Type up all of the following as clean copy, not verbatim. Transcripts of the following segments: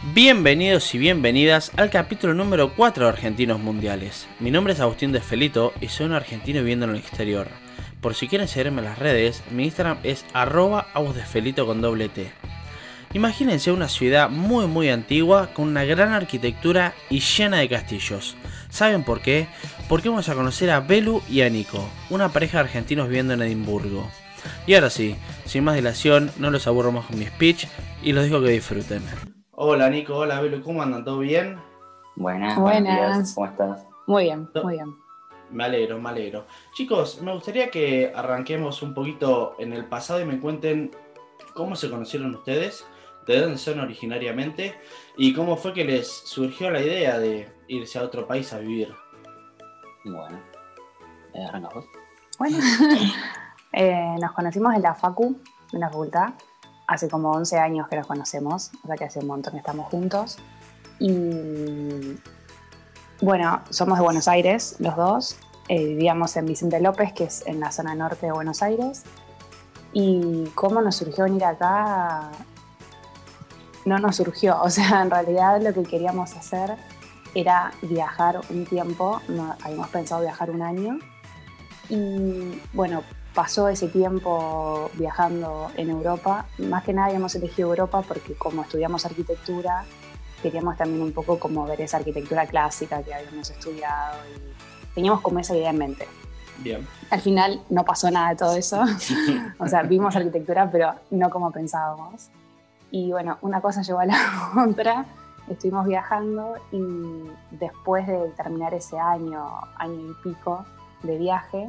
Bienvenidos y bienvenidas al capítulo número 4 de Argentinos Mundiales. Mi nombre es Agustín Desfelito y soy un argentino viviendo en el exterior. Por si quieren seguirme en las redes, mi Instagram es @agusdesfelito con doble T. Imagínense una ciudad muy antigua con una gran arquitectura y llena de castillos. ¿Saben por qué? Porque vamos a conocer a Belu y a Nico, una pareja de argentinos viviendo en Edimburgo. Y ahora sí, sin más dilación, no los aburro más con mi speech y los dejo que disfruten. Hola Nico, hola Belu, ¿cómo andan? ¿Todo bien? Buenos días, ¿cómo estás? Muy bien, muy bien. Me alegro. Chicos, me gustaría que arranquemos un poquito en el pasado y me cuenten cómo se conocieron ustedes, de dónde son originariamente y cómo fue que les surgió la idea de irse a otro país a vivir. Bueno, arranca vos. Bueno, nos conocimos en la facu, en la facultad. Hace como 11 años que nos conocemos, o sea que hace un montón que estamos juntos. Y bueno, somos de Buenos Aires, los dos. Vivíamos en Vicente López, que es en la zona norte de Buenos Aires. Y cómo nos surgió venir acá, no nos surgió. O sea, en realidad lo que queríamos hacer era viajar un tiempo. Habíamos pensado viajar un año. Y bueno, pasó ese tiempo viajando en Europa. Más que nada habíamos elegido Europa porque como estudiamos arquitectura, queríamos también un poco como ver esa arquitectura clásica que habíamos estudiado y teníamos como esa idea en mente. Bien. Al final no pasó nada de todo eso. O sea, vimos arquitectura, pero no como pensábamos. Y bueno, una cosa llevó a la otra. Estuvimos viajando y después de terminar ese año y pico de viaje,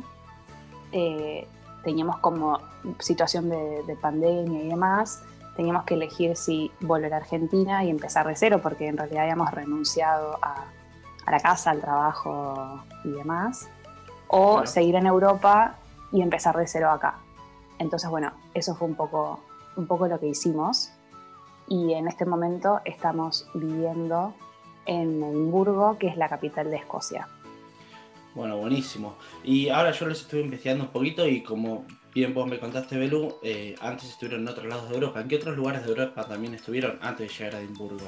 teníamos como situación de pandemia y demás, teníamos que elegir si volver a Argentina y empezar de cero, porque en realidad habíamos renunciado a la casa, al trabajo y demás, o Claro. seguir en Europa y empezar de cero acá. Entonces, bueno, eso fue un poco lo que hicimos, y en este momento estamos viviendo en Edimburgo, que es la capital de Escocia. Bueno, buenísimo. Y ahora yo les estuve investigando un poquito y como bien vos me contaste, Belu, antes estuvieron en otros lados de Europa. ¿En qué otros lugares de Europa también estuvieron antes de llegar a Edimburgo?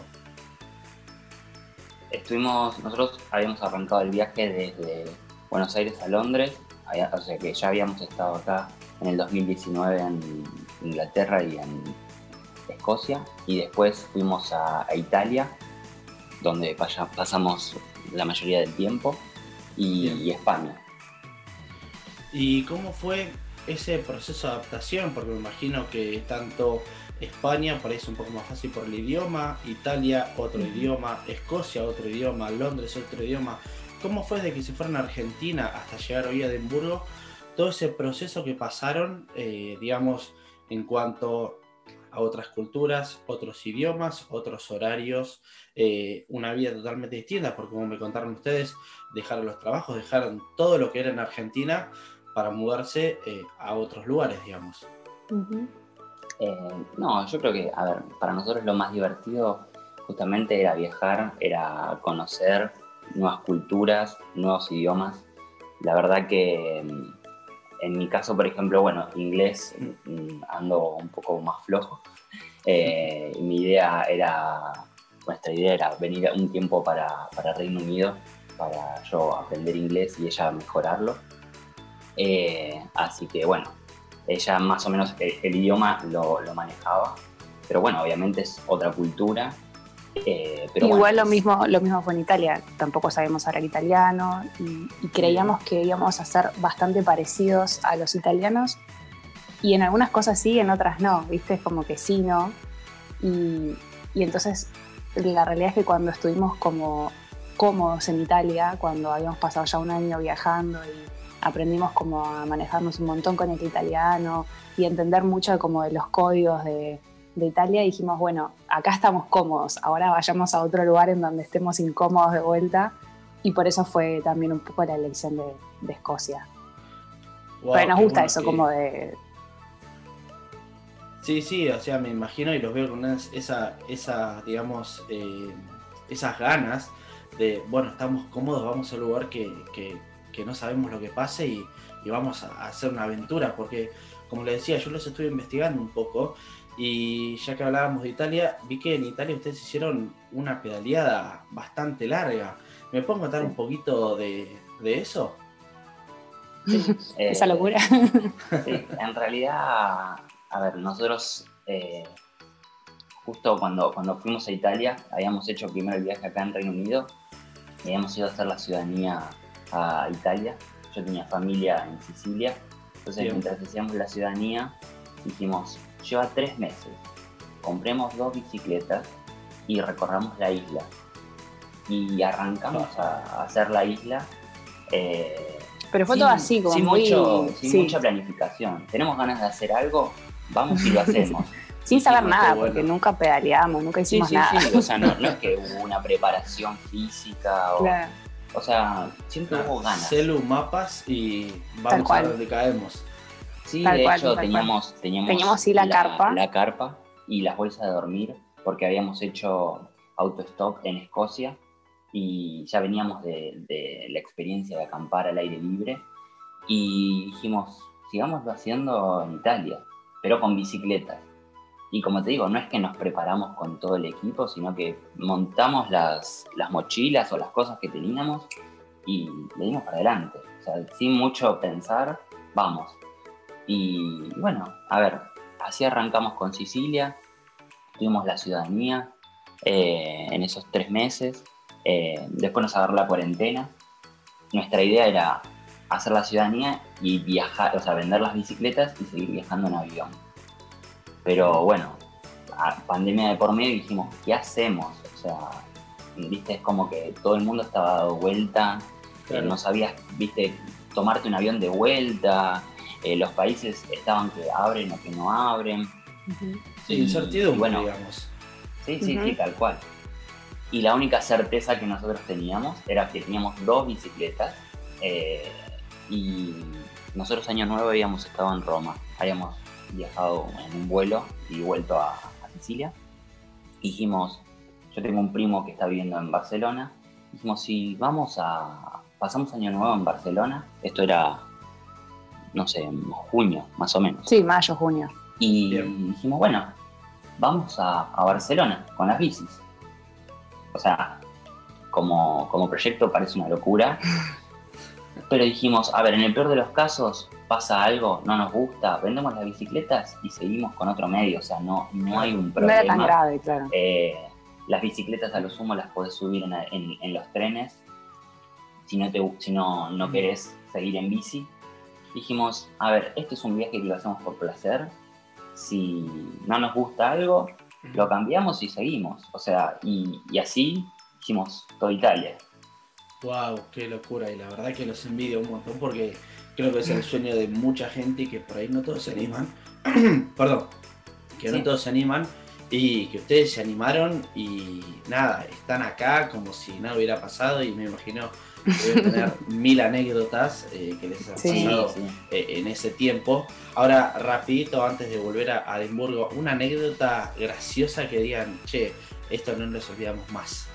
Nosotros habíamos arrancado el viaje desde Buenos Aires a Londres, o sea que ya habíamos estado acá en el 2019 en Inglaterra y en Escocia, y después fuimos a Italia, donde pasamos la mayoría del tiempo, y España. ¿Y cómo fue ese proceso de adaptación? Porque me imagino que tanto España por ahí es un poco más fácil por el idioma, Italia otro idioma, Escocia otro idioma, Londres otro idioma. ¿Cómo fue desde que se fueron a Argentina hasta llegar hoy a Edimburgo? Todo ese proceso que pasaron, digamos, en cuanto a otras culturas, otros idiomas, otros horarios, una vida totalmente distinta, porque como me contaron ustedes, dejaron los trabajos, dejaron todo lo que era en Argentina para mudarse a otros lugares, digamos. Uh-huh. No, yo creo que, a ver, para nosotros lo más divertido justamente era viajar, era conocer nuevas culturas, nuevos idiomas. La verdad que en mi caso, por ejemplo, bueno, inglés ando un poco más flojo. Nuestra idea era venir un tiempo para Reino Unido, para yo aprender inglés y ella mejorarlo. Así que bueno, ella más o menos el idioma lo manejaba, pero bueno, obviamente es otra cultura. Pero igual bueno, lo mismo fue en Italia. Tampoco sabíamos hablar italiano y creíamos que íbamos a ser bastante parecidos a los italianos, y en algunas cosas sí, en otras no, ¿viste? Es como que sí, no. Y entonces la realidad es que cuando estuvimos como cómodos en Italia, cuando habíamos pasado ya un año viajando y aprendimos como a manejarnos un montón con el italiano y entender mucho como de los códigos de Italia, dijimos, bueno, acá estamos cómodos, ahora vayamos a otro lugar en donde estemos incómodos de vuelta, y por eso fue también un poco la elección de Escocia. Wow, pero nos gusta bueno eso que... como de... Sí, o sea, me imagino y los veo con digamos, esas ganas de, bueno, estamos cómodos, vamos a un lugar que no sabemos lo que pase y vamos a hacer una aventura, porque, como les decía, yo los estuve investigando un poco Y ya que hablábamos de Italia, vi que en Italia ustedes hicieron una pedaleada bastante larga. ¿Me puedes contar un poquito de eso? Esa locura. Sí, en realidad, a ver, nosotros justo cuando fuimos a Italia, habíamos hecho primero el viaje acá en Reino Unido y habíamos ido a hacer la ciudadanía a Italia. Yo tenía familia en Sicilia, entonces mientras hacíamos la ciudadanía dijimos, lleva 3 meses, compremos 2 bicicletas y recorramos la isla. Y arrancamos a hacer la isla. Pero fue todo así, como sin mucha planificación. Tenemos ganas de hacer algo, vamos y lo hacemos. Sin saber nada, porque nunca pedaleamos, nunca hicimos nada. Sí. O sea, no es que hubo una preparación física o... Claro. O sea, siempre hubo ganas. Celu, mapas y vamos a donde caemos. Sí, de hecho teníamos sí la carpa. La carpa y las bolsas de dormir, porque habíamos hecho autostop en Escocia y ya veníamos de la experiencia de acampar al aire libre y dijimos, sigámoslo haciendo en Italia, pero con bicicletas. Y como te digo, no es que nos preparamos con todo el equipo, sino que montamos las mochilas o las cosas que teníamos y le dimos para adelante. O sea, sin mucho pensar, vamos. Y bueno, a ver, así arrancamos con Sicilia, tuvimos la ciudadanía en esos 3 meses, después nos agarró la cuarentena. Nuestra idea era hacer la ciudadanía y viajar, o sea, vender las bicicletas y seguir viajando en avión. Pero bueno, pandemia de por medio y dijimos, ¿qué hacemos? O sea, viste, es como que todo el mundo estaba dado vuelta, claro. No sabías, viste, tomarte un avión de vuelta, los países estaban que abren o que no abren. Uh-huh. Sí, incertidumbre, bueno, digamos. Sí, tal cual. Y la única certeza que nosotros teníamos era que teníamos 2 bicicletas y nosotros año nuevo habíamos estado en Roma, habíamos viajado en un vuelo y vuelto a Sicilia. Dijimos, yo tengo un primo que está viviendo en Barcelona, dijimos, si pasamos año nuevo en Barcelona, esto era, no sé, en junio, más o menos. Sí, mayo, junio. Y dijimos, bueno, vamos a Barcelona con las bicis. O sea, como proyecto parece una locura, pero dijimos, a ver, en el peor de los casos pasa algo, no nos gusta, vendemos las bicicletas y seguimos con otro medio, o sea, no hay un problema. No era tan grave, claro. Las bicicletas a lo sumo las podés subir en los trenes, si no querés seguir en bici. Dijimos, a ver, este es un viaje que lo hacemos por placer, si no nos gusta algo, lo cambiamos y seguimos, o sea, y así hicimos toda Italia. Wow, qué locura, y la verdad que los envidio un montón porque creo que es el sueño de mucha gente y que por ahí no todos se animan. Perdón, que no todos se animan y que ustedes se animaron y nada, están acá como si nada hubiera pasado y me imagino que deben tener 1000 anécdotas que les han pasado en ese tiempo. Ahora, rapidito, antes de volver a Edimburgo, una anécdota graciosa que digan, che, esto no nos olvidamos más.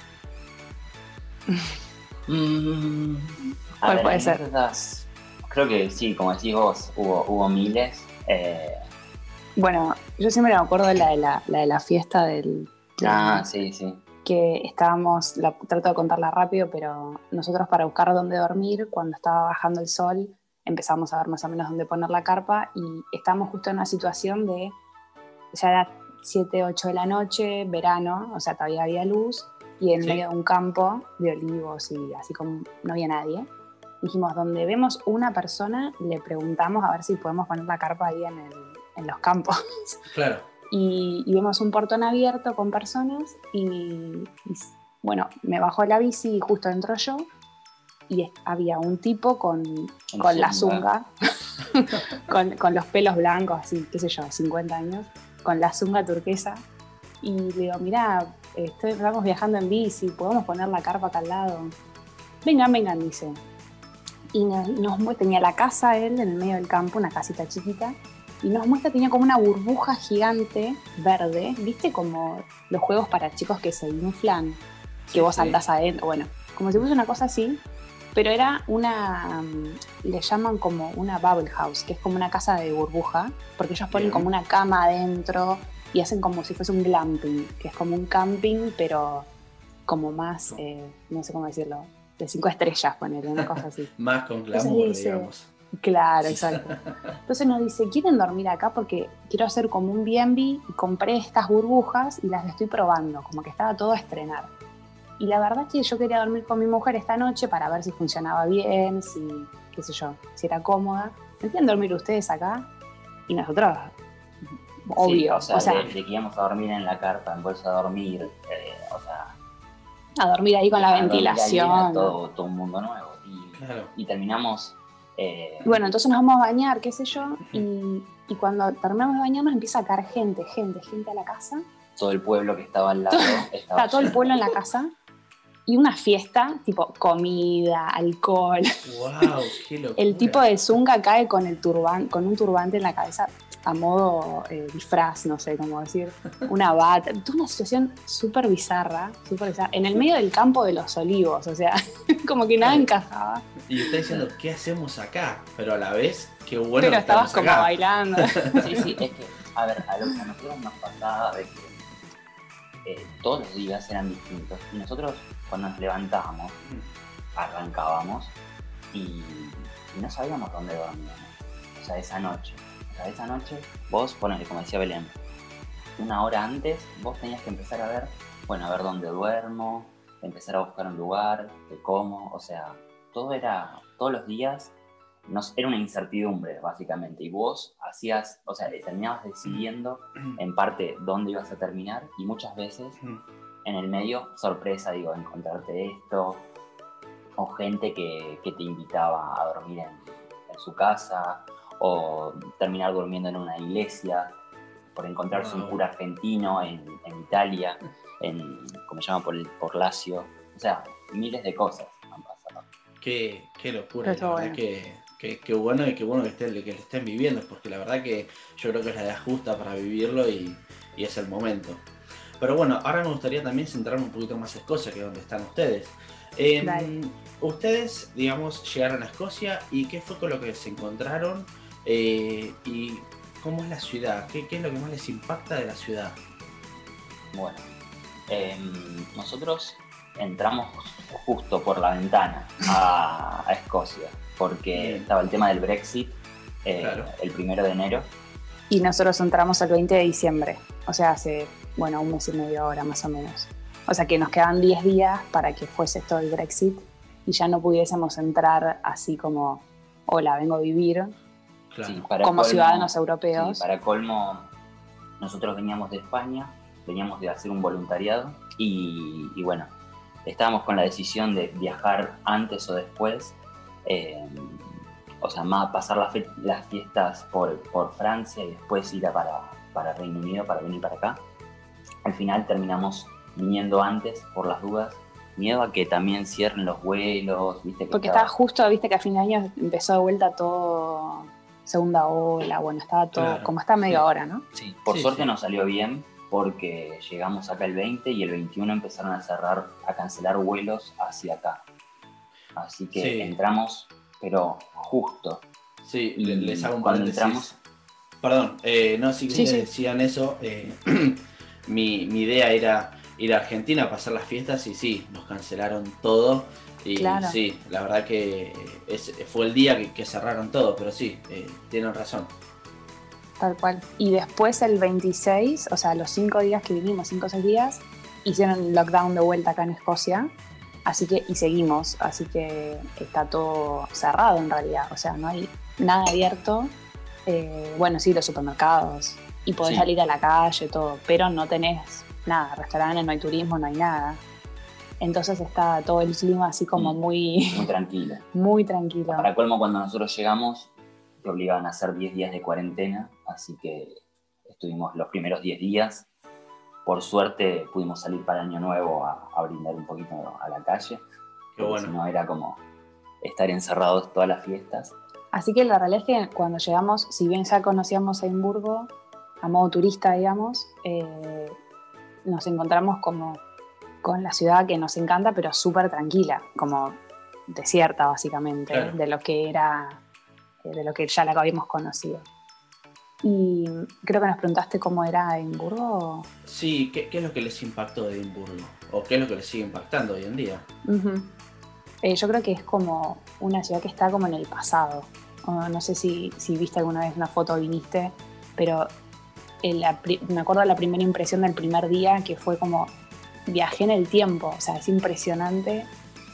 ¿Cuál puede ser? Creo que sí, como decís vos, hubo miles. Bueno, yo siempre me acuerdo de la de la fiesta del... Sí. Que estábamos, trato de contarla rápido, pero nosotros para buscar dónde dormir, cuando estaba bajando el sol, empezamos a ver más o menos dónde poner la carpa y estábamos justo en una situación de, ya era 7, 8 de la noche, verano, o sea, todavía había luz, y en medio de un campo de olivos y así como no había nadie. Dijimos, donde vemos una persona, le preguntamos a ver si podemos poner la carpa ahí en los campos. Claro. Y vemos un portón abierto con personas y bueno, me bajó la bici y justo entro yo y había un tipo con la zunga, con los pelos blancos, así, qué sé yo, 50 años, con la zunga turquesa y le digo, mirá, estamos viajando en bici, ¿podemos poner la carpa acá al lado? Vengan, dice. Y tenía la casa él en el medio del campo, una casita chiquita, y nos muestra, tenía como una burbuja gigante verde, ¿viste? Como los juegos para chicos que se inflan, que vos saltás adentro, bueno, como si fuese una cosa así, pero era le llaman como una bubble house, que es como una casa de burbuja, porque ellos ponen como una cama adentro, y hacen como si fuese un glamping, que es como un camping, pero como más, no sé cómo decirlo, de 5 estrellas, ponerle una cosa así. Más con glamour, Dice, digamos. claro, exacto. Entonces nos dice, ¿quieren dormir acá? Porque quiero hacer como un B&B y compré estas burbujas y las estoy probando, como que estaba todo a estrenar. Y la verdad es que yo quería dormir con mi mujer esta noche para ver si funcionaba bien, si, qué sé yo, si era cómoda. ¿Entienden dormir ustedes acá? Y nosotros, obvio. Sí, o sea, de que íbamos a dormir en la carpa, en bolsa de dormir, o sea... A dormir ahí con la ventilación. Ahí todo un mundo nuevo. Y terminamos... Bueno, entonces nos vamos a bañar, qué sé yo, y cuando terminamos de bañarnos empieza a caer gente a la casa. Todo el pueblo que estaba al lado. Está todo el pueblo en la casa. Y una fiesta, tipo comida, alcohol. ¡Wow! ¡Qué locura! El tipo de zunga cae con un turbante en la cabeza a modo disfraz, no sé cómo decir, una bata. Una situación súper bizarra, en el medio del campo de los olivos, o sea, como que nada encajaba. Y está diciendo, ¿qué hacemos acá? Pero a la vez, qué bueno. Pero que estabas como acá. Bailando. Sí, es que, a ver, a nosotros nos pasaba de que todos los días eran distintos. Y nosotros, cuando nos levantábamos, arrancábamos y no sabíamos dónde dormíamos. O sea, esa noche, vos, ponele, como decía Belén, una hora antes, vos tenías que empezar a ver dónde duermo, empezar a buscar un lugar, qué como, o sea, todos los días era una incertidumbre, básicamente, y vos terminabas decidiendo en parte dónde ibas a terminar, y muchas veces en el medio, sorpresa, digo, encontrarte esto, o gente que te invitaba a dormir en su casa, o terminar durmiendo en una iglesia, por encontrarse un cura argentino en Italia, como se llama, por Lazio, o sea, miles de cosas han pasado. Qué locura, la verdad que bueno y qué bueno que lo estén viviendo, porque la verdad que yo creo que es la edad justa para vivirlo y es el momento. Pero bueno, ahora me gustaría también centrarme un poquito más en Escocia, que es donde están ustedes. Ustedes, digamos, llegaron a Escocia y ¿qué fue con lo que se encontraron? ¿Y cómo es la ciudad? ¿Qué es lo que más les impacta de la ciudad? Bueno, nosotros entramos justo por la ventana a Escocia, porque estaba el tema del Brexit el 1 de enero. Y nosotros entramos el 20 de diciembre, o sea, hace, un mes y medio ahora más o menos. O sea que nos quedaban 10 días para que fuese todo el Brexit y ya no pudiésemos entrar así como, hola, vengo a vivir, sí, como colmo, ciudadanos europeos. Sí, para colmo, nosotros veníamos de España, veníamos de hacer un voluntariado y bueno, estábamos con la decisión de viajar antes o después, más pasar las fiestas por Francia y después ir para Reino Unido, para venir para acá. Al final terminamos viniendo antes por las dudas, miedo a que también cierren los vuelos, ¿viste? Porque estaba justo, viste que a fin de año empezó de vuelta todo, segunda ola, estaba todo, como está medio ahora, ¿no? Sí, por suerte nos salió bien, porque llegamos acá el 20 y el 21 empezaron a cancelar vuelos hacia acá. Así que entramos, pero justo. Sí, les hago un paréntesis. Entramos... Perdón, decían eso. Mi idea era ir a Argentina a pasar las fiestas y sí, nos cancelaron todo. Y sí, la verdad que fue el día que cerraron todo, pero sí, tienen razón. Tal cual. Y después el 26, o sea, los 5 días que vinimos, 5 o 6 días, hicieron lockdown de vuelta acá en Escocia. Y seguimos, así que está todo cerrado en realidad, o sea, no hay nada abierto. Sí, los supermercados, y podés salir a la calle, todo, pero no tenés nada, restaurantes, no hay turismo, no hay nada. Entonces está todo el clima así como muy tranquilo. Muy tranquilo. Para colmo, cuando nosotros llegamos, te obligaban a hacer 10 días de cuarentena, así que estuvimos los primeros 10 días. Por suerte pudimos salir para Año Nuevo a brindar un poquito a la calle. Qué bueno. Si no era como estar encerrados todas las fiestas. Así que la realidad es que cuando llegamos, si bien ya conocíamos Edimburgo, a modo turista, digamos, nos encontramos como con la ciudad que nos encanta, pero súper tranquila, como desierta básicamente, de lo que ya la habíamos conocido. Y creo que nos preguntaste cómo era Edimburgo. Sí, ¿qué es lo que les impactó de Edimburgo? ¿O qué es lo que les sigue impactando hoy en día? Uh-huh. Yo creo que es como una ciudad que está como en el pasado. No sé si viste alguna vez una foto o viniste, pero me acuerdo de la primera impresión del primer día, que fue como viajé en el tiempo. O sea, es impresionante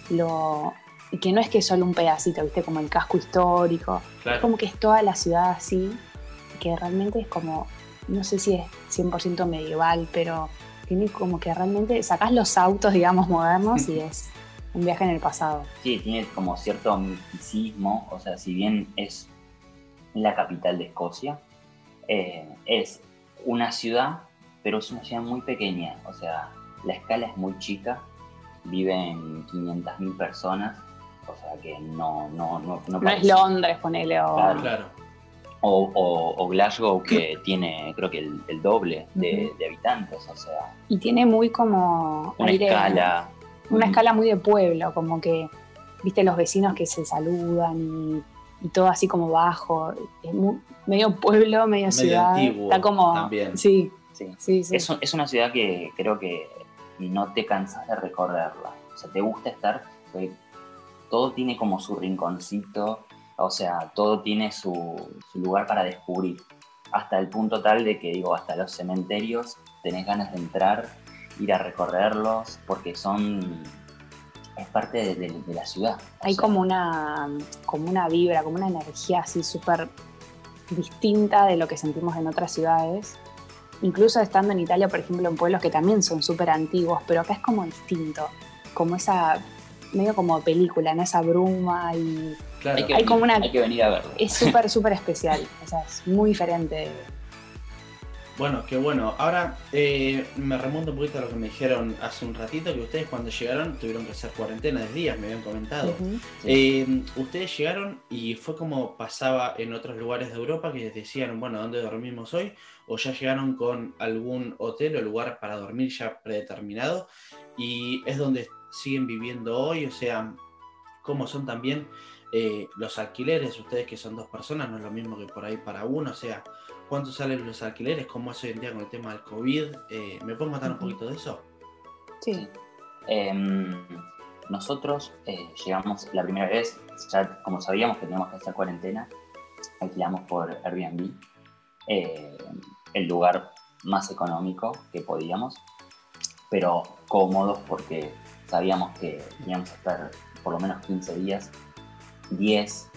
y que no es que es solo un pedacito, viste, como el casco histórico. Claro. Es como que es toda la ciudad así, que realmente es como, no sé si es 100% medieval, pero tiene como que realmente sacás los autos, digamos, modernos y es un viaje en el pasado. Sí, tiene como cierto misticismo, o sea, si bien es la capital de Escocia, es una ciudad, pero es una ciudad muy pequeña, o sea, la escala es muy chica, viven 500.000 personas, o sea que no es Londres, ponele, o... Claro. O Glasgow, que tiene creo que el doble de habitantes, o sea... Y tiene muy como... Una escala... Una escala muy de pueblo, como que, viste, los vecinos que se saludan y todo así como bajo. Es medio pueblo, medio ciudad. Antiguo, está como... también. Sí. Es una ciudad que creo que no te cansas de recorrerla. O sea, te gusta estar... Todo tiene como su rinconcito, o sea, todo tiene su lugar para descubrir. Hasta el punto tal de que, digo, hasta los cementerios tenés ganas de entrar, ir a recorrerlos, porque es parte de la ciudad. Hay como una vibra, como una energía así súper distinta de lo que sentimos en otras ciudades. Incluso estando en Italia, por ejemplo, en pueblos que también son súper antiguos, pero acá es como distinto, como esa, medio como película, ¿no? Esa bruma y... Claro. Hay que venir a verlo. Es súper, súper especial, o sea, es muy diferente. Bueno, qué bueno. Ahora me remonto un poquito a lo que me dijeron hace un ratito, que ustedes cuando llegaron tuvieron que hacer cuarentena de días, me habían comentado. Uh-huh. Sí. Ustedes llegaron y fue como pasaba en otros lugares de Europa, que decían, bueno, ¿dónde dormimos hoy? O ya llegaron con algún hotel o lugar para dormir ya predeterminado y es donde siguen viviendo hoy, o sea, ¿cómo son también los alquileres? Ustedes que son 2 personas, no es lo mismo que por ahí para uno, o sea, ¿cuánto salen los alquileres? ¿Cómo es hoy en día con el tema del COVID? ¿Me pueden contar un poquito de eso? Sí. Nosotros llegamos la primera vez, ya como sabíamos que teníamos que hacer cuarentena, alquilamos por Airbnb, el lugar más económico que podíamos, pero cómodos porque sabíamos que teníamos que estar por lo menos 15 días, 10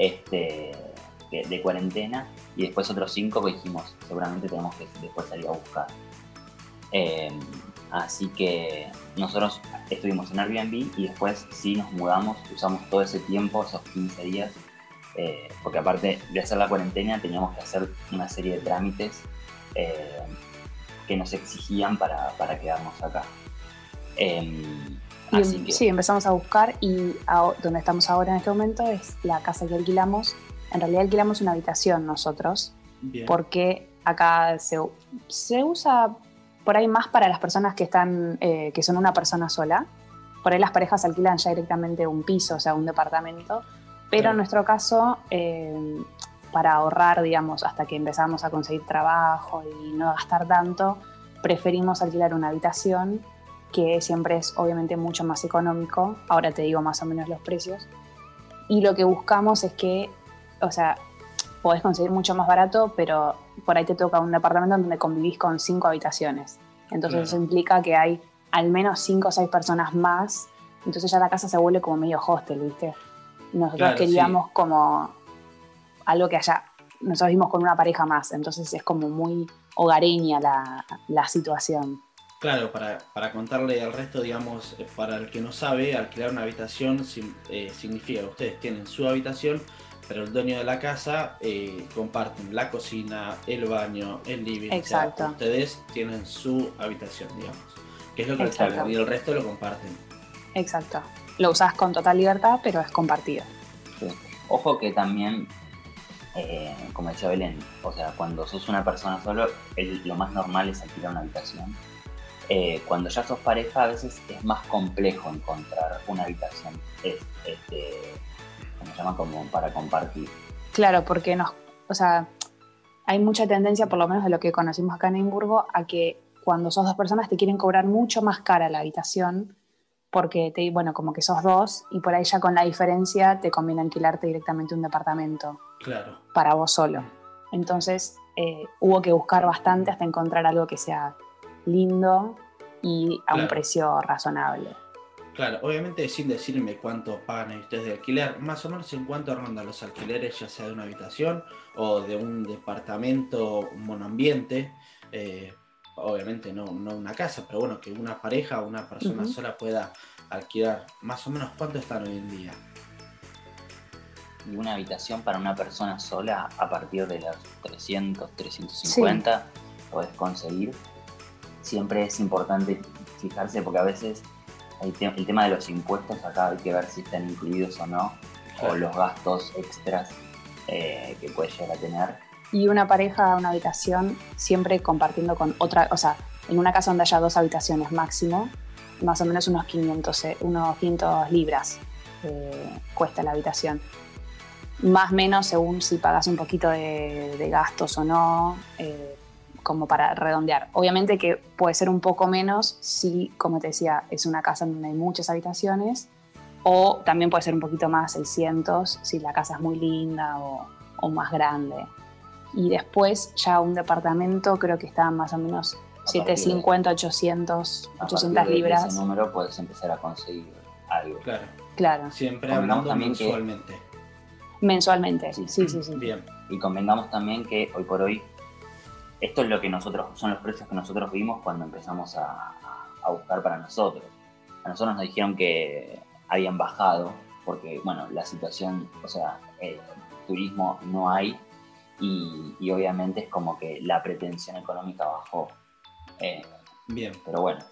de cuarentena y después otros 5 que dijimos, seguramente tenemos que después salir a buscar. Así que nosotros estuvimos en Airbnb y después sí nos mudamos, usamos todo ese tiempo, esos 15 días, porque aparte de hacer la cuarentena teníamos que hacer una serie de trámites que nos exigían para quedarnos acá. Así que... Sí, empezamos a buscar y donde estamos ahora en este momento es la casa que alquilamos. En realidad alquilamos una habitación nosotros. Bien. Porque acá se usa por ahí más para las personas que son una persona sola. Por ahí las parejas alquilan ya directamente un piso, o sea, un departamento. Pero en nuestro caso, para ahorrar, digamos, hasta que empezamos a conseguir trabajo y no gastar tanto, preferimos alquilar una habitación que siempre es obviamente mucho más económico. Ahora te digo más o menos los precios. Y lo que buscamos es que, o sea, podés conseguir mucho más barato, pero por ahí te toca un departamento donde convivís con 5 habitaciones. Entonces eso implica que hay al menos 5 o 6 personas más. Entonces ya la casa se vuelve como medio hostel, ¿viste? Nosotros queríamos como algo que nosotros vivimos con una pareja más, entonces es como muy hogareña la situación. Claro, para contarle al resto, digamos, para el que no sabe, alquilar una habitación significa que ustedes tienen su habitación, pero el dueño de la casa comparten la cocina, el baño, el living. Exacto. O sea, ustedes tienen su habitación, digamos, que es lo que les pagan, y el resto lo comparten. Exacto. Lo usás con total libertad, pero es compartido. Sí. Ojo que también, como decía Belén, o sea, cuando sos una persona solo, lo más normal es alquilar una habitación. Cuando ya sos pareja, a veces es más complejo encontrar una habitación, como se llama, como para compartir. Claro, porque hay mucha tendencia, por lo menos de lo que conocimos acá en Edimburgo, a que cuando sos 2 personas te quieren cobrar mucho más cara la habitación, porque bueno, como que sos 2 y por ahí ya con la diferencia te conviene alquilarte directamente un departamento Claro. para vos solo. Entonces hubo que buscar bastante hasta encontrar algo que sea lindo y a un precio razonable. Claro, obviamente sin decirme cuánto pagan ustedes de alquiler, más o menos en cuánto rondan los alquileres, ya sea de una habitación o de un departamento monoambiente, obviamente no una casa, pero bueno, que una pareja o una persona sola pueda alquilar, más o menos cuánto están hoy en día. Y una habitación para una persona sola a partir de los 300, 350 podés conseguir. Siempre es importante fijarse porque a veces el tema de los impuestos acá hay que ver si están incluidos o no, o los gastos extras que puede llegar a tener. Y una pareja, una habitación, siempre compartiendo con otra, o sea, en una casa donde haya 2 habitaciones máximo, más o menos unos 500 libras cuesta la habitación. Más o menos según si pagas un poquito de gastos o no, como para redondear. Obviamente que puede ser un poco menos si, como te decía, es una casa donde hay muchas habitaciones, o también puede ser un poquito más, 600, si la casa es muy linda o más grande. Y después ya un departamento creo que está más o menos 750, 800 libras. De ese número puedes empezar a conseguir algo. Claro. Siempre hablando mensualmente. Mensualmente, sí. Bien. Y convengamos también que hoy por hoy esto es lo que son los precios que nosotros vimos cuando empezamos a buscar para nosotros. A nosotros nos dijeron que habían bajado porque, bueno, la situación, o sea, turismo no hay y obviamente es como que la pretensión económica bajó. Bien. Pero bueno.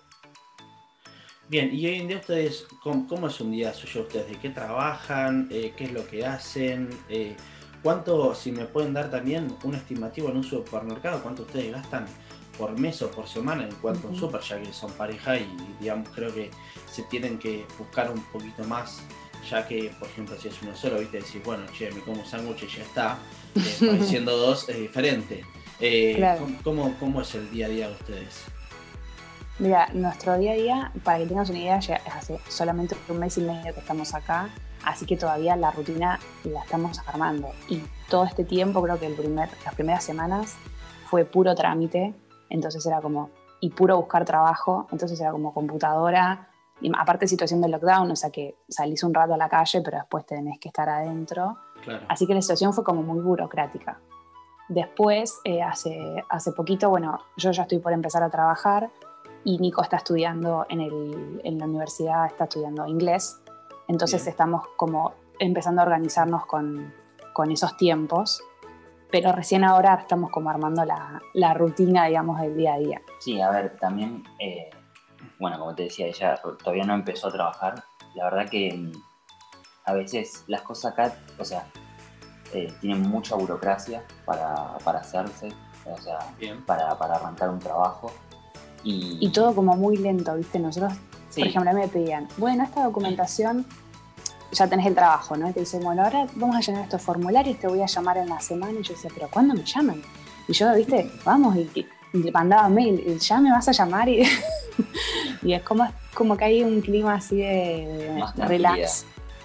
Bien, y hoy en día ustedes, ¿cómo es un día suyo ustedes? ¿De qué trabajan? ¿Qué es lo que hacen? ¿Cuánto, si me pueden dar también un estimativo en un supermercado, cuánto ustedes gastan por mes o por semana en cuanto a un súper, ya que son pareja y digamos creo que se tienen que buscar un poquito más, ya que por ejemplo si es uno solo, viste, decís, bueno, che, me como un sándwich y ya está, siendo 2 es diferente. Claro. ¿Cómo es el día a día de ustedes? Mira, nuestro día a día, para que tengas una idea, ya es hace solamente 1 mes y medio que estamos acá, así que todavía la rutina la estamos armando. Y todo este tiempo, creo que las primeras semanas fue puro trámite, entonces era como, y puro buscar trabajo, entonces era como computadora, y aparte situación de lockdown, o sea que salís un rato a la calle, pero después tenés que estar adentro. Claro. Así que la situación fue como muy burocrática. Después, hace poquito, bueno, yo ya estoy por empezar a trabajar, y Nico está estudiando en la universidad, está estudiando inglés, entonces estamos como empezando a organizarnos con esos tiempos, pero recién ahora estamos como armando la rutina, digamos, del día a día. Sí, a ver, también, bueno, como te decía, ella todavía no empezó a trabajar, la verdad que a veces las cosas acá, o sea, tienen mucha burocracia para hacerse, o sea, para arrancar un trabajo. Y todo como muy lento, ¿viste? Nosotros, por ejemplo, a mí me pedían, bueno, esta documentación, ya tenés el trabajo, ¿no? Y te dicen, bueno, ahora vamos a llenar estos formularios, te voy a llamar en la semana. Y yo decía, ¿pero cuándo me llaman? Y yo, ¿viste? Vamos, y le mandaba mail, y ya me vas a llamar. Y es como que hay un clima así de relax,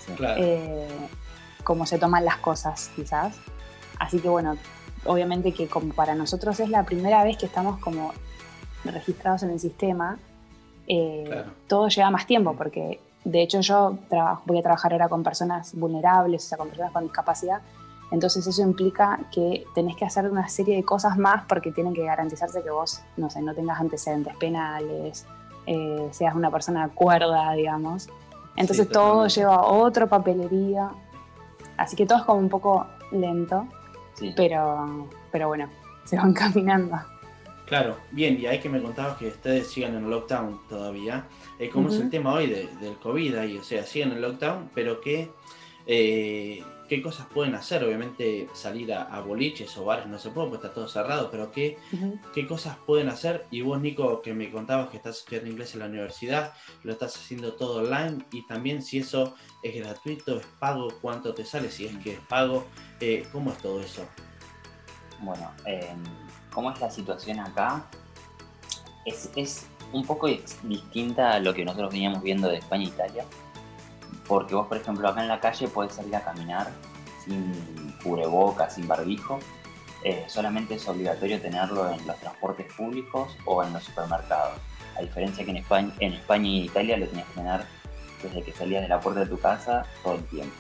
como se toman las cosas, quizás. Así que bueno, obviamente que como para nosotros es la primera vez que estamos como registrados en el sistema, todo lleva más tiempo, porque de hecho yo voy a trabajar ahora con personas vulnerables, o sea, con personas con discapacidad, entonces eso implica que tenés que hacer una serie de cosas más porque tienen que garantizarse que vos, no sé, no tengas antecedentes penales, seas una persona cuerda, digamos. Entonces todo lleva otra papelería, así que todo es como un poco lento, pero bueno, se van caminando. Claro, bien, y ahí que me contabas que ustedes siguen en lockdown todavía, ¿cómo es el tema hoy del COVID ahí? O sea, siguen en lockdown, pero ¿qué cosas pueden hacer? Obviamente salir a boliches o bares no se puede, porque está todo cerrado, pero ¿qué cosas pueden hacer? Y vos, Nico, que me contabas que estás estudiando inglés en la universidad, lo estás haciendo todo online, y también si eso es gratuito, es pago, cuánto te sale, si es que es pago, ¿cómo es todo eso? Bueno, ¿cómo es la situación acá? Es un poco distinta a lo que nosotros veníamos viendo de España e Italia, porque vos, por ejemplo, acá en la calle podés salir a caminar sin cubrebocas, sin barbijo. Solamente es obligatorio tenerlo en los transportes públicos o en los supermercados. A diferencia que en España y Italia lo tenías que tener desde que salías de la puerta de tu casa todo el tiempo.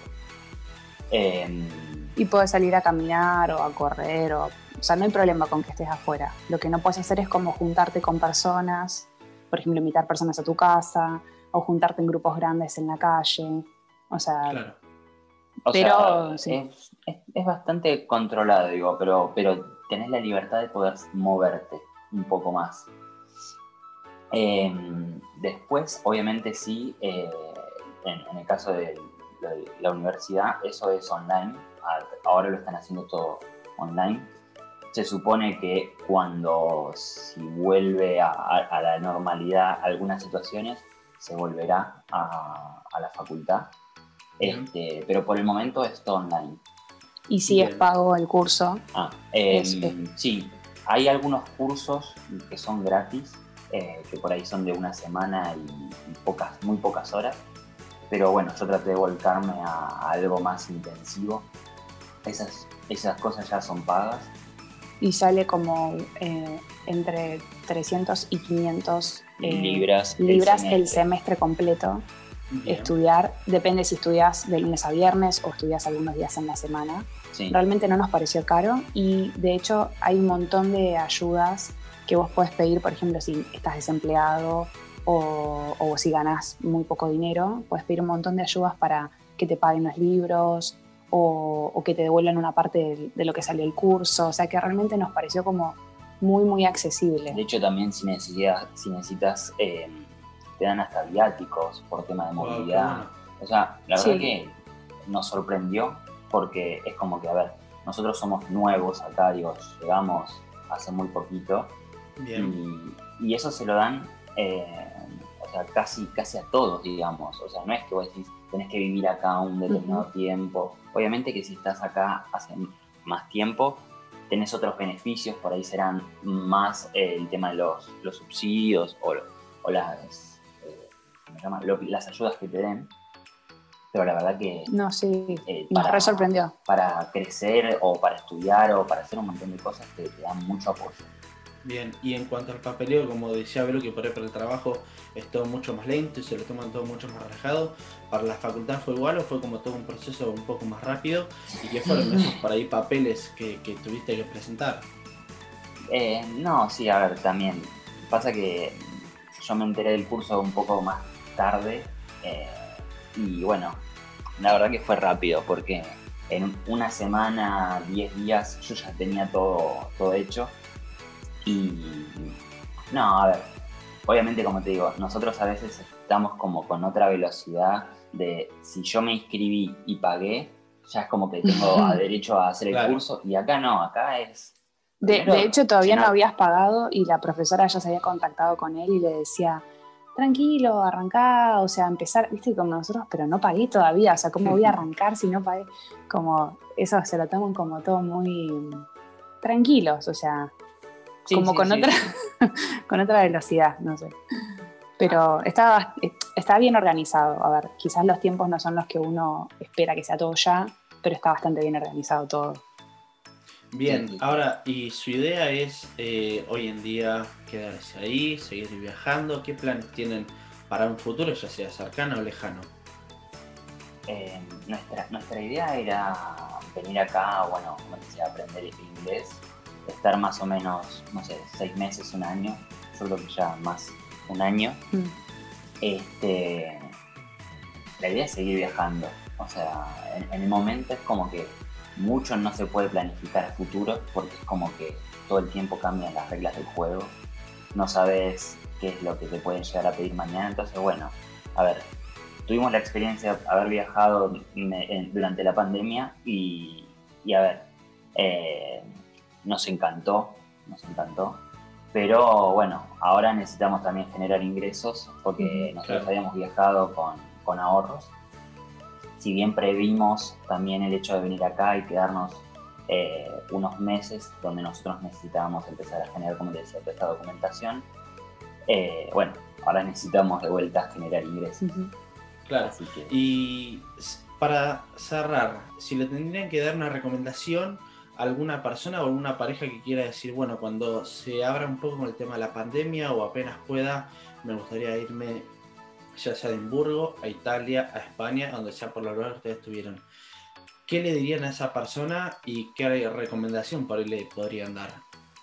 Y puedes salir a caminar o a correr, o sea, no hay problema con que estés afuera. Lo que no puedes hacer es como juntarte con personas, por ejemplo, invitar personas a tu casa, o juntarte en grupos grandes en la calle. O sea, Claro. pero sea, sí. es bastante controlado, digo, pero tenés la libertad de poder moverte un poco más. Después, obviamente sí, en el caso de la universidad, eso es online. Ahora lo están haciendo todo online. Se supone que si vuelve a la normalidad algunas situaciones, se volverá a la facultad. Pero por el momento es todo online. Y si es pago el curso. Sí, hay algunos cursos que son gratis, que por ahí son de una semana y muy pocas horas. Pero bueno, yo traté de volcarme a algo más intensivo. Esas cosas ya son pagas. Y sale como entre 300 y 500 libras el semestre completo. Bien. Estudiar, depende si estudias de lunes a viernes o estudias algunos días en la semana. Sí. Realmente no nos pareció caro y de hecho hay un montón de ayudas que vos podés pedir, por ejemplo, si estás desempleado o si ganás muy poco dinero, puedes pedir un montón de ayudas para que te paguen los libros o que te devuelvan una parte de lo que salió el curso. O sea que realmente nos pareció como muy, muy accesible. De hecho, también si necesitas te dan hasta viáticos por tema de movilidad. Bueno. O sea, la verdad que nos sorprendió porque es como que, a ver, nosotros somos nuevos acá, digo, llegamos hace muy poquito. Bien. Y eso se lo dan o sea, casi a todos, digamos. O sea, no es que vos decís, tenés que vivir acá un determinado tiempo. Obviamente que si estás acá hace más tiempo, tenés otros beneficios, por ahí serán más el tema de los subsidios o las ayudas que te den. Pero la verdad que no, sí, nos re sorprendió. Para crecer o para estudiar o para hacer un montón de cosas te dan mucho apoyo. Bien, y en cuanto al papeleo, como decía Vero, que por ahí para el trabajo es todo mucho más lento y se lo toman todo mucho más relajado. ¿Para la facultad fue igual o fue como todo un proceso un poco más rápido? ¿Y qué fueron esos por ahí papeles que tuviste que presentar? No, sí, a ver, también. Pasa que yo me enteré del curso un poco más tarde y bueno, la verdad que fue rápido porque en una semana, 10 días, yo ya tenía todo hecho. Y no, a ver, obviamente como te digo, nosotros a veces estamos como con otra velocidad de si yo me inscribí y pagué, ya es como que tengo derecho a hacer el curso y acá no, acá es... De hecho todavía no habías pagado y la profesora ya se había contactado con él y le decía, tranquilo, arrancá, o sea, empezar, viste, como nosotros, pero no pagué todavía, o sea, ¿cómo voy a arrancar si no pagué? Como eso se lo toman como todo muy tranquilos, o sea... Sí, como con otra velocidad, no sé. Pero estaba bien organizado. A ver, quizás los tiempos no son los que uno espera que sea todo ya, pero está bastante bien organizado todo. Bien, ahora, y su idea es hoy en día quedarse ahí, seguir viajando. ¿Qué planes tienen para un futuro, ya sea cercano o lejano? Nuestra idea era venir acá, bueno, como decía, aprender inglés. Estar más o menos, no sé, 6 meses, 1 año, yo creo que ya más 1 año. La idea es seguir viajando, o sea, en el momento es como que mucho no se puede planificar a futuro porque es como que todo el tiempo cambian las reglas del juego, no sabes qué es lo que te pueden llegar a pedir mañana, entonces bueno, a ver, tuvimos la experiencia de haber viajado durante la pandemia y a ver, nos encantó, pero bueno, ahora necesitamos también generar ingresos porque nosotros habíamos viajado con ahorros. Si bien previmos también el hecho de venir acá y quedarnos unos meses donde nosotros necesitábamos empezar a generar, como te decía, toda esta documentación. Bueno, ahora necesitamos de vuelta generar ingresos. Claro. Así que... Y para cerrar, si le tendrían que dar una recomendación a alguna persona o alguna pareja que quiera decir, bueno, cuando se abra un poco con el tema de la pandemia o apenas pueda, me gustaría irme ya sea a Edimburgo, a Italia, a España, donde sea por los lugares que ustedes estuvieron. ¿Qué le dirían a esa persona y qué recomendación por ahí le podrían dar?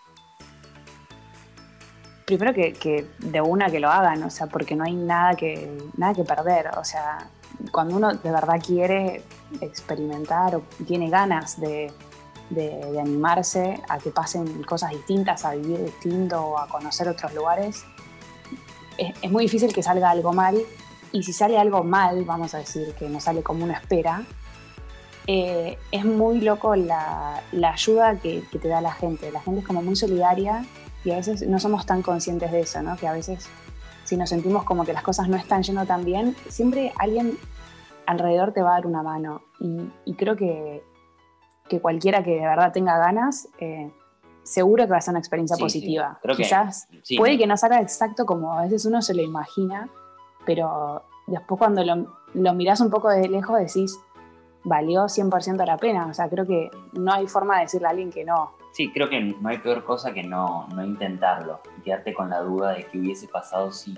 Primero que de una que lo hagan, o sea, porque no hay nada que perder. O sea, cuando uno de verdad quiere experimentar o tiene ganas de animarse a que pasen cosas distintas, a vivir distinto o a conocer otros lugares, es muy difícil que salga algo mal. Y si sale algo mal, vamos a decir que no sale como uno espera, es muy loco la ayuda que te da la gente. La gente es como muy solidaria y a veces no somos tan conscientes de eso, ¿no? Que a veces si nos sentimos como que las cosas no están yendo tan bien, siempre alguien alrededor te va a dar una mano. Y creo que cualquiera que de verdad tenga ganas, seguro que va a ser una experiencia positiva. Sí. Quizás puede que no salga exacto como a veces uno se lo imagina, pero después cuando lo mirás un poco desde lejos decís, valió 100% la pena. O sea, creo que no hay forma de decirle a alguien que no. Sí, creo que no hay peor cosa que no intentarlo y quedarte con la duda de que hubiese pasado si.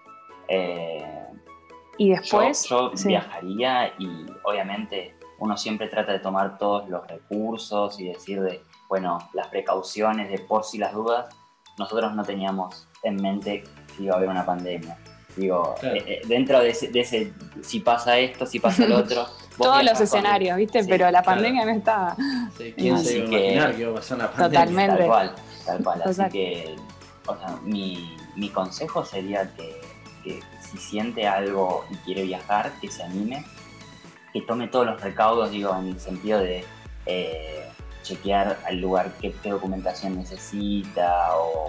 Y después yo viajaría y obviamente uno siempre trata de tomar todos los recursos y decir bueno, las precauciones de por si las dudas. Nosotros no teníamos en mente que iba a haber una pandemia. Digo, claro. Dentro de ese si pasa esto, si pasa lo otro. Todos los escenarios, ¿viste? Sí, pero la pandemia no estaba. Sí, ¿quién se iba a imaginar que iba a pasar una pandemia? Totalmente. Tal cual. Así que, o sea, mi consejo sería que si siente algo y quiere viajar, que se anime, que tome todos los recaudos, digo, en el sentido de chequear al lugar qué documentación necesita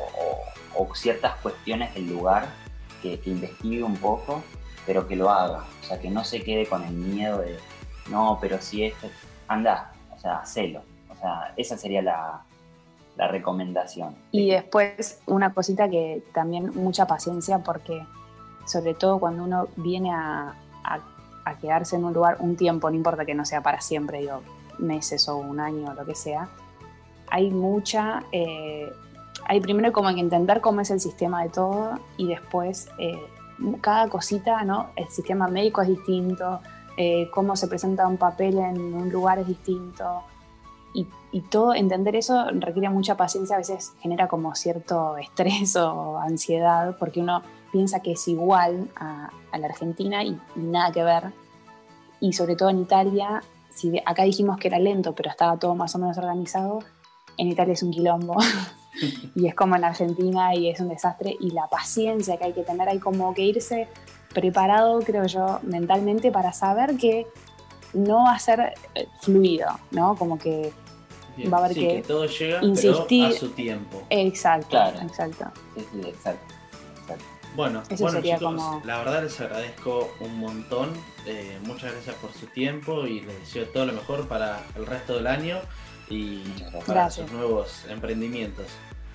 o ciertas cuestiones del lugar, que investigue un poco, pero que lo haga. O sea, que no se quede con el miedo de, no, pero si esto, anda, o sea, hacelo. O sea, esa sería la recomendación. Y después, una cosita que también mucha paciencia, porque sobre todo cuando uno viene a quedarse en un lugar un tiempo, no importa que no sea para siempre, digo, meses o un año o lo que sea, hay mucha... hay primero como que entender cómo es el sistema de todo y después cada cosita, ¿no? El sistema médico es distinto, cómo se presenta un papel en un lugar es distinto y todo, entender eso requiere mucha paciencia, a veces genera como cierto estrés o ansiedad porque uno piensa que es igual a la Argentina y nada que ver. Y sobre todo en Italia, si acá dijimos que era lento pero estaba todo más o menos organizado, en Italia es un quilombo. Y es como en Argentina y es un desastre, y la paciencia que hay que tener, hay como que irse preparado, creo yo, mentalmente para saber que no va a ser fluido, ¿no? Como que bien, va a haber que todo llega, insistir, pero a su tiempo. Exacto, claro. Exacto. Sí, exacto. Bueno, sería chicos, como... la verdad les agradezco un montón, muchas gracias por su tiempo y les deseo todo lo mejor para el resto del año y para sus nuevos emprendimientos.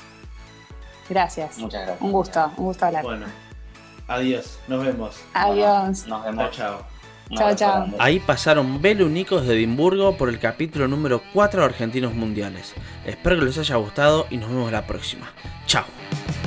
Gracias. Muchas gracias. Un gusto hablar. Bueno, adiós, nos vemos. Adiós. Nos vemos. Chao. Chao. Ahí pasaron Belu Nicos de Edimburgo por el capítulo número 4 de Argentinos Mundiales. Espero que les haya gustado y nos vemos la próxima. Chao.